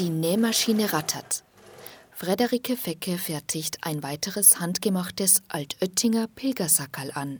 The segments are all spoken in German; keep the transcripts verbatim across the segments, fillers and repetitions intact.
Die Nähmaschine rattert. Frederike Fecke fertigt ein weiteres handgemachtes Altöttinger Pilgersackerl an.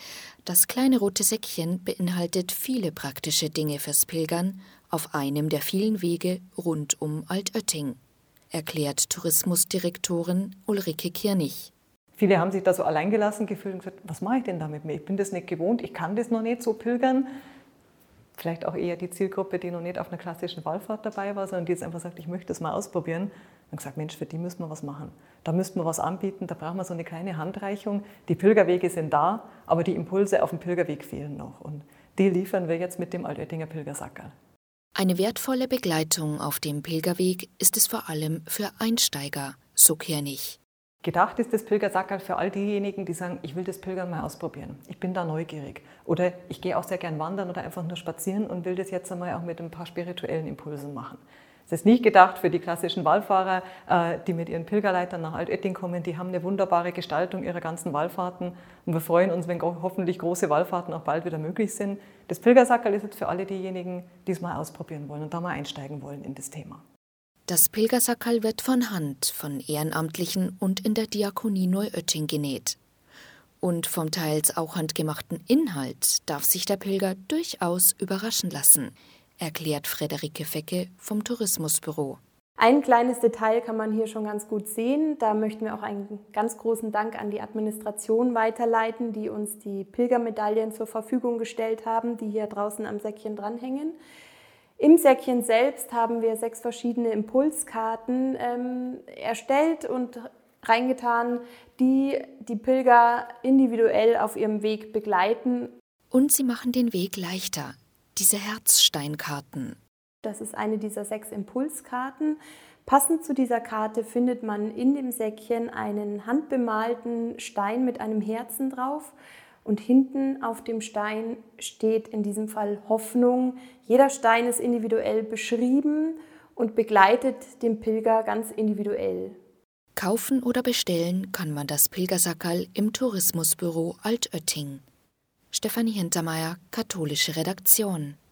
Das kleine rote Säckchen beinhaltet viele praktische Dinge fürs Pilgern auf einem der vielen Wege rund um Altötting, erklärt Tourismusdirektorin Ulrike Kirnig. Viele haben sich da so alleingelassen gefühlt und gesagt, was mache ich denn da mit mir? Ich bin das nicht gewohnt, ich kann das noch nicht so pilgern. Vielleicht auch eher die Zielgruppe, die noch nicht auf einer klassischen Wallfahrt dabei war, sondern die jetzt einfach sagt, ich möchte das mal ausprobieren. Und gesagt, Mensch, für die müssen wir was machen. Da müssten wir was anbieten, da brauchen wir so eine kleine Handreichung. Die Pilgerwege sind da, aber die Impulse auf dem Pilgerweg fehlen noch. Und die liefern wir jetzt mit dem Altöttinger Pilgersackerl. Eine wertvolle Begleitung auf dem Pilgerweg ist es vor allem für Einsteiger, so Kirnig. Gedacht ist das Pilgersackerl für all diejenigen, die sagen, ich will das Pilgern mal ausprobieren. Ich bin da neugierig. Oder ich gehe auch sehr gern wandern oder einfach nur spazieren und will das jetzt einmal auch mit ein paar spirituellen Impulsen machen. Es ist nicht gedacht für die klassischen Wallfahrer, die mit ihren Pilgerleitern nach Altötting kommen. Die haben eine wunderbare Gestaltung ihrer ganzen Wallfahrten. Und wir freuen uns, wenn hoffentlich große Wallfahrten auch bald wieder möglich sind. Das Pilgersackerl ist jetzt für alle diejenigen, die es mal ausprobieren wollen und da mal einsteigen wollen in das Thema. Das Pilgersackerl wird von Hand von Ehrenamtlichen und in der Diakonie Neuötting genäht. Und vom teils auch handgemachten Inhalt darf sich der Pilger durchaus überraschen lassen, erklärt Frederike Fecke vom Tourismusbüro. Ein kleines Detail kann man hier schon ganz gut sehen. Da möchten wir auch einen ganz großen Dank an die Administration weiterleiten, die uns die Pilgermedaillen zur Verfügung gestellt haben, die hier draußen am Säckchen dranhängen. Im Säckchen selbst haben wir sechs verschiedene Impulskarten ähm, erstellt und reingetan, die die Pilger individuell auf ihrem Weg begleiten. Und sie machen den Weg leichter, diese Herzsteinkarten. Das ist eine dieser sechs Impulskarten. Passend zu dieser Karte findet man in dem Säckchen einen handbemalten Stein mit einem Herzen drauf. Und hinten auf dem Stein steht in diesem Fall Hoffnung. Jeder Stein ist individuell beschrieben und begleitet den Pilger ganz individuell. Kaufen oder bestellen kann man das Pilgersackerl im Tourismusbüro Altötting. Stefanie Hintermeier, katholische Redaktion.